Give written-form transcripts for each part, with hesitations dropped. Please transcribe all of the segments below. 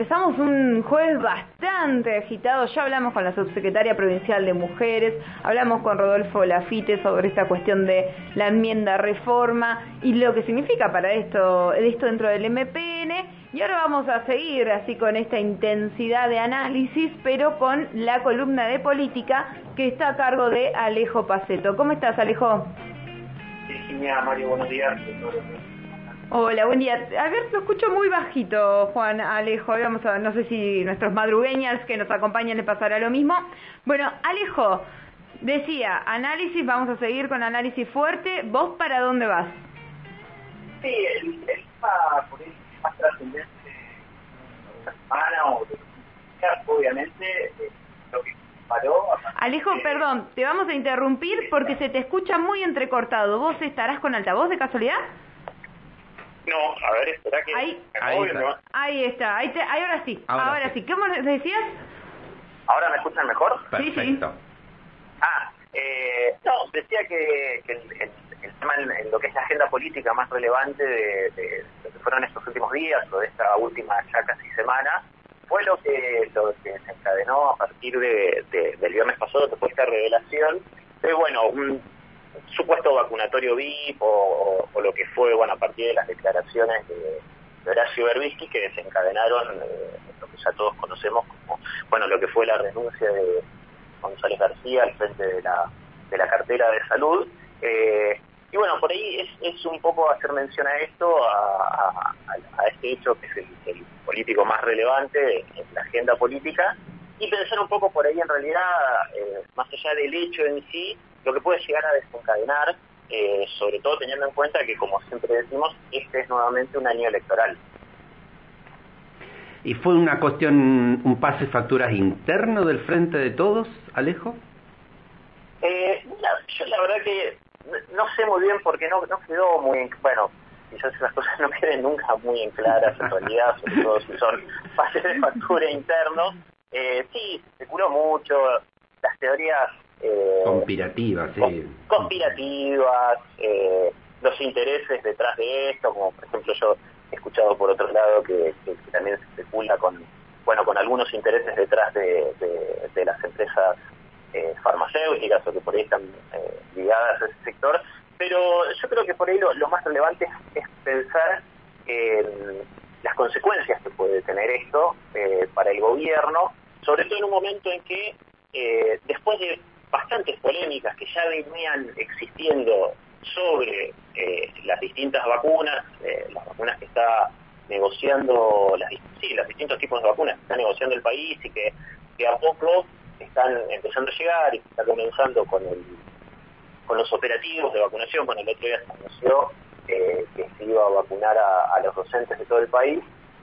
empezamos un jueves bastante agitado. Ya hablamos con la subsecretaria provincial de Mujeres, hablamos con Rodolfo Lafite sobre esta cuestión de la enmienda reforma y lo que significa para esto dentro del MPN. Y ahora vamos a seguir así con esta intensidad de análisis, pero con la columna de política que está a cargo de Alejo Paceto. ¿Cómo estás, Alejo? Virginia, Mario, buenos días. Hola, buen día. A ver, lo escucho muy bajito, Juan, Alejo. Vamos a, no sé si nuestros madrugueñas que nos acompañan le pasará lo mismo. Bueno, Alejo, decía, análisis, vamos a seguir con análisis fuerte. ¿Vos para dónde vas? Sí, el tema por ahí más trascendente de la semana o de obviamente, lo que paró... Alejo, perdón, te vamos a interrumpir porque se te escucha muy entrecortado. ¿Vos estarás con altavoz de casualidad? No, a ver, espera que... Ahí está, ahora sí, ahora sí. ¿Cómo decías? ¿Ahora me escuchan mejor? Perfecto. No, decía que el tema en lo que es la agenda política más relevante de lo que fueron estos últimos días o de esta última ya casi semana fue lo que se encadenó a partir del viernes pasado, que fue esta revelación de, bueno, un supuesto vacunatorio VIP o lo que fue, bueno, a partir de las declaraciones de Horacio Berbisky que desencadenaron lo que ya todos conocemos como, bueno, lo que fue la renuncia de González García al frente de la cartera de salud. Y bueno, por ahí es un poco hacer mención a esto, a este hecho que es el político más relevante en la agenda política, y pensar un poco por ahí en realidad, más allá del hecho en sí, lo que puede llegar a desencadenar, sobre todo teniendo en cuenta que, como siempre decimos, este es nuevamente un año electoral. ¿Y fue una cuestión, un pase facturas interno del Frente de Todos, Alejo? Yo la verdad que no sé muy bien porque no quedó muy... Bueno, quizás esas cosas no queden nunca muy en claras en realidad, sobre todo si son pases de factura internos. Sí, se especuló mucho, las teorías... conspirativas, sí. Conspirativas, los intereses detrás de esto, como por ejemplo yo he escuchado por otro lado que también se especula con algunos intereses detrás de las empresas farmacéuticas o que por ahí están ligadas a ese sector, pero yo creo que por ahí lo más relevante es pensar en las consecuencias que puede tener esto para el gobierno, sobre todo en un momento en que después de bastantes polémicas que ya venían existiendo sobre las distintas vacunas, las vacunas que está negociando, los distintos tipos de vacunas que está negociando el país y que a poco están empezando a llegar y que está comenzando con los operativos de vacunación. Bueno, el otro día se anunció que se iba a vacunar a los docentes de todo el país.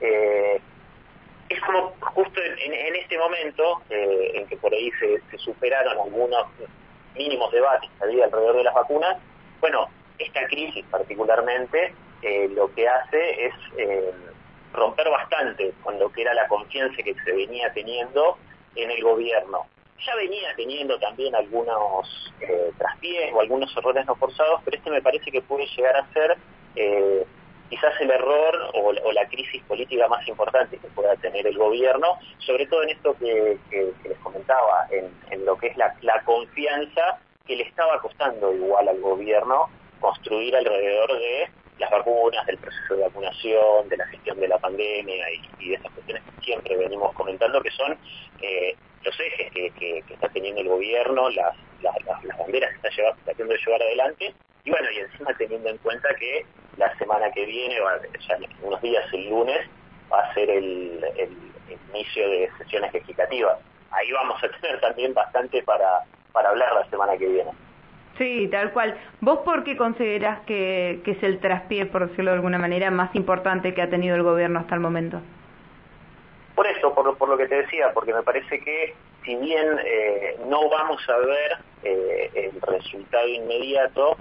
Es como justo en este momento en que por ahí se superaron algunos mínimos debates que había alrededor de las vacunas. Bueno, esta crisis particularmente lo que hace es romper bastante con lo que era la confianza que se venía teniendo en el gobierno. Ya venía teniendo también algunos traspiés o algunos errores no forzados, pero este me parece que puede llegar a ser quizás el error o la crisis política más importante que pueda tener el gobierno, sobre todo en esto que les comentaba, en lo que es la confianza que le estaba costando igual al gobierno construir alrededor de las vacunas, del proceso de vacunación, de la gestión de la pandemia y de esas cuestiones que siempre venimos comentando, que son los ejes que está teniendo el gobierno, las banderas que está tratando de llevar adelante, y bueno, y encima teniendo en cuenta que la semana que viene, ya en unos días, el lunes, va a ser el inicio de sesiones legislativas. Ahí vamos a tener también bastante para hablar la semana que viene. Sí, tal cual. ¿Vos por qué considerás que es el traspié, por decirlo de alguna manera, más importante que ha tenido el gobierno hasta el momento? Por eso, por lo que te decía, porque me parece que si bien no vamos a ver el resultado inmediato,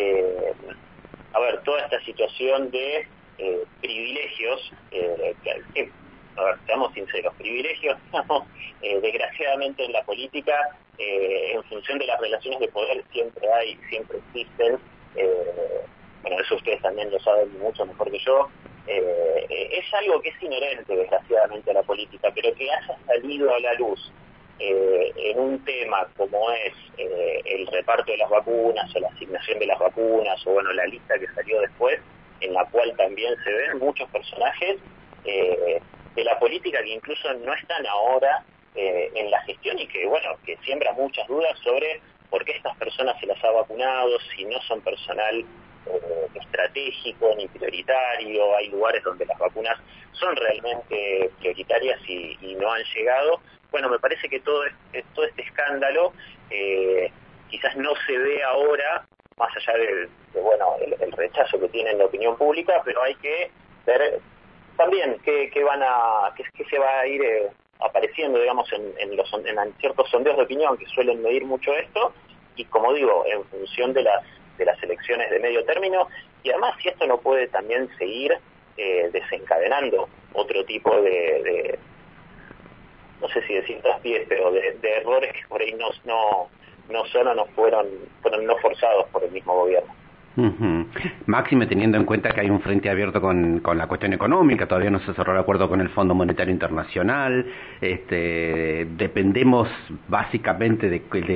toda esta situación de privilegios, a ver, seamos sinceros, privilegios, desgraciadamente en la política, en función de las relaciones de poder siempre existen, bueno, eso ustedes también lo saben mucho mejor que yo, es algo que es inherente, desgraciadamente, a la política, pero que haya salido a la luz en un tema como es el reparto de las vacunas o la asignación de las vacunas o bueno, la lista que salió después, en la cual también se ven muchos personajes de la política que incluso no están ahora en la gestión y que bueno, que siembra muchas dudas sobre por qué estas personas se las ha vacunado, si no son personal estratégico ni prioritario. Hay lugares donde las vacunas son realmente prioritarias y no han llegado. Bueno, me parece que todo este escándalo quizás no se ve ahora, más allá de bueno, el rechazo que tiene en la opinión pública, pero hay que ver también qué se va a ir apareciendo, digamos, en ciertos sondeos de opinión que suelen medir mucho esto, y como digo, en función de las elecciones de medio término, y además si esto no puede también seguir desencadenando otro tipo de no sé si decir traspiés, pero de errores que por ahí no son o no fueron no forzados por el mismo gobierno. Máxime teniendo en cuenta que hay un frente abierto con la cuestión económica, todavía no se cerró el acuerdo con el Fondo Monetario Internacional, dependemos básicamente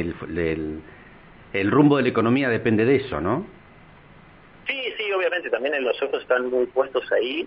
el rumbo de la economía depende de eso, ¿no? Sí, obviamente también los ojos están muy puestos ahí,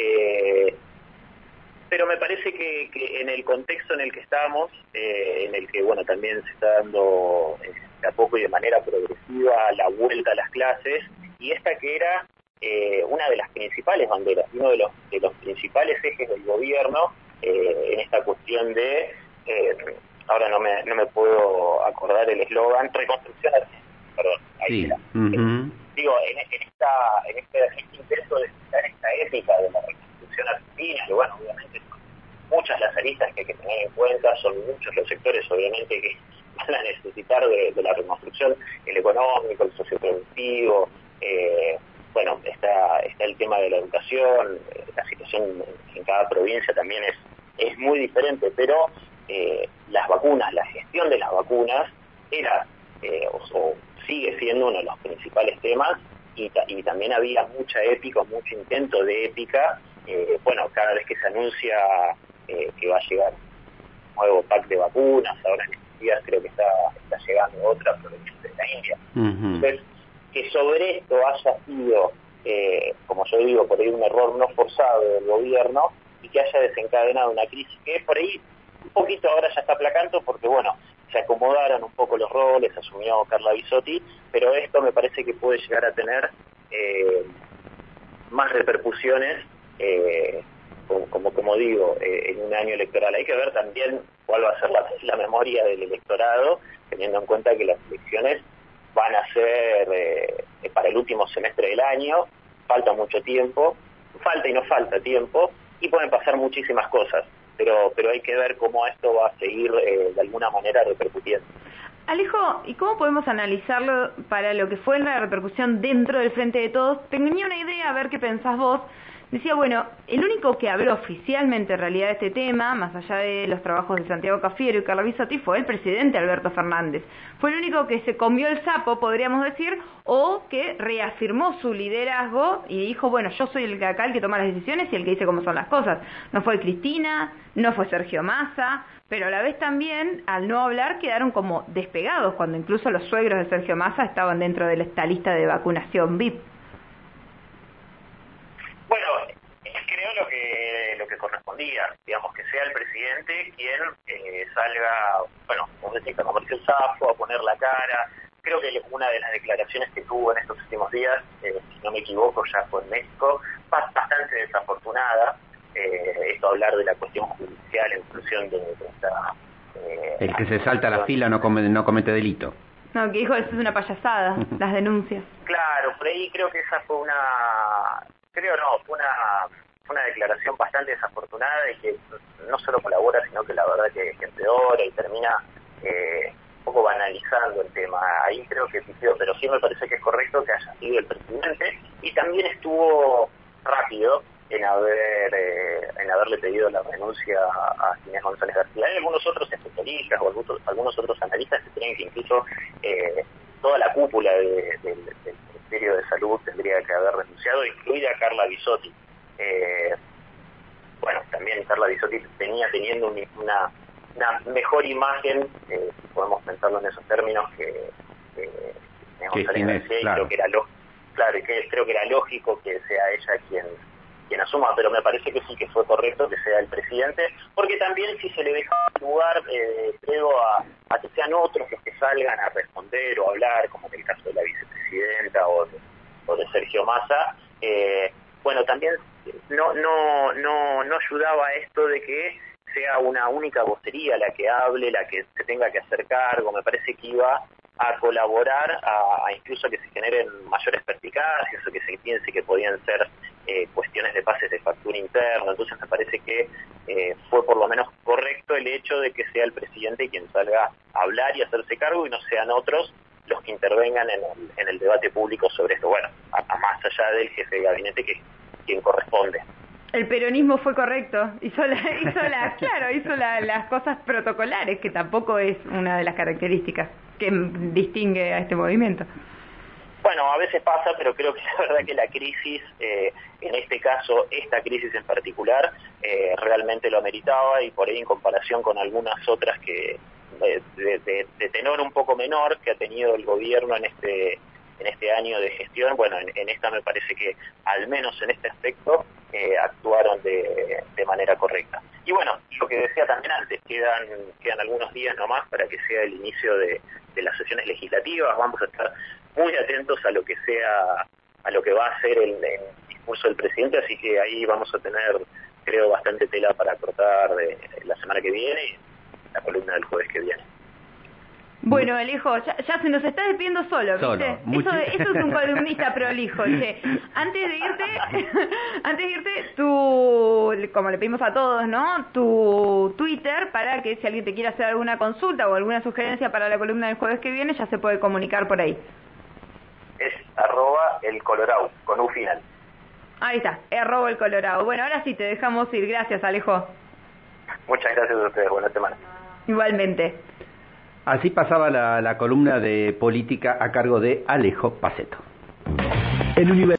pero me parece que en el contexto en el que estamos, en el que bueno también se está dando de a poco y de manera progresiva la vuelta a las clases, y esta que era una de las principales banderas, uno de los principales ejes del gobierno en esta cuestión de, ahora no me puedo acordar el eslogan, reconstrucción artística, perdón, ahí sí. era. Digo, en este intento de citar esta ética de la reconstrucción argentina, que bueno, obviamente son muchas las aristas que hay que tener en cuenta, son muchos los sectores obviamente que van a necesitar de la reconstrucción, el económico, el socioproductivo, bueno, está el tema de la educación, la situación en cada provincia también es muy diferente, pero las vacunas, la gestión de las vacunas era o sigue siendo uno de los principales temas, y también había mucha épica, mucho intento de épica, bueno, cada vez que se anuncia que va a llegar un nuevo pack de vacunas, ahora en estos días creo que está llegando otra proveniente de la India. Entonces, que sobre esto haya sido, como yo digo, por ahí un error no forzado del gobierno, y que haya desencadenado una crisis que por ahí un poquito ahora ya está aplacando, porque bueno, se acomodaron un poco los roles, asumió Carla Bisotti, pero esto me parece que puede llegar a tener más repercusiones, como digo, en un año electoral. Hay que ver también cuál va a ser la memoria del electorado, teniendo en cuenta que las elecciones van a ser para el último semestre del año, falta mucho tiempo, falta y no falta tiempo, y pueden pasar muchísimas cosas. Pero hay que ver cómo esto va a seguir de alguna manera repercutiendo. Alejo, ¿y cómo podemos analizarlo para lo que fue la repercusión dentro del Frente de Todos? Tenía una idea, a ver qué pensás vos. Decía, bueno, el único que habló oficialmente en realidad de este tema, más allá de los trabajos de Santiago Cafiero y Carla Bisotti, fue el presidente Alberto Fernández. Fue el único que se comió el sapo, podríamos decir, o que reafirmó su liderazgo y dijo, bueno, yo soy el que toma las decisiones y el que dice cómo son las cosas. No fue Cristina, no fue Sergio Massa, pero a la vez también, al no hablar, quedaron como despegados, cuando incluso los suegros de Sergio Massa estaban dentro de esta lista de vacunación VIP. Bueno, creo lo que correspondía, digamos, que sea el presidente quien salga, bueno, como decís, a comerse el sapo, a poner la cara. Creo que una de las declaraciones que tuvo en estos últimos días, si no me equivoco, ya fue en México, bastante desafortunada. Esto hablar de la cuestión judicial en función de esta... el que se salta la fila no comete delito. No, que dijo, eso es una payasada, las denuncias. Claro, por ahí creo que esa fue una declaración bastante desafortunada y que no solo colabora, sino que la verdad que empeora y termina un poco banalizando el tema. Ahí creo que pero sí me parece que es correcto que haya sido el presidente, y también estuvo rápido en haberle pedido la renuncia a Inés González García. Hay algunos otros especialistas o algunos otros analistas que creen que incluso toda la cúpula del Ministerio de Salud tendría que haber renunciado, incluida Carla Bisotti. también Carla Bisotti venía teniendo una mejor imagen, si podemos pensarlo en esos términos, que Ginés, claro. Creo que era creo que era lógico que sea ella quien asuma, pero me parece que sí que fue correcto que sea el presidente, porque también si se le deja lugar, creo, a que sean otros los que salgan a responder o hablar, como en el caso de la vicepresidenta o de Sergio Massa, bueno, también no ayudaba a esto de que sea una única vocería la que hable, la que se tenga que hacer cargo. Me parece que iba a colaborar a incluso que se generen mayores perspicacias o que se piense que podían ser cuestiones de pases de factura interno. Entonces me parece que fue por lo menos correcto el hecho de que sea el presidente quien salga a hablar y hacerse cargo y no sean otros los que intervengan en el debate público sobre esto. Bueno, a más allá del jefe de gabinete que quien corresponde. El peronismo fue correcto, hizo las cosas protocolares, que tampoco es una de las características que distingue a este movimiento. Bueno, a veces pasa, pero creo que es verdad que la crisis, en este caso, esta crisis en particular, realmente lo ameritaba, y por ahí en comparación con algunas otras que de tenor un poco menor que ha tenido el gobierno en este año de gestión, bueno, en esta me parece que, al menos en este aspecto, actuaron de manera correcta. Y bueno, lo que decía también antes, quedan algunos días nomás para que sea el inicio de las sesiones legislativas. Vamos a estar muy atentos a lo que va a ser el discurso del presidente, así que ahí vamos a tener, creo, bastante tela para cortar la semana que viene y la columna del jueves que viene. Bueno, Alejo, ya se nos está despidiendo solo, ¿viste? Eso es un columnista prolijo, che. Antes de irte, como le pedimos a todos, ¿no? Tu Twitter, para que si alguien te quiere hacer alguna consulta o alguna sugerencia para la columna del jueves que viene, ya se puede comunicar por ahí. Es @elcolorado, con U final. Ahí está, @elcolorado. Bueno, ahora sí te dejamos ir. Gracias, Alejo. Muchas gracias a ustedes. Buena semana. Igualmente. Así pasaba la columna de política a cargo de Alejo Pacetto.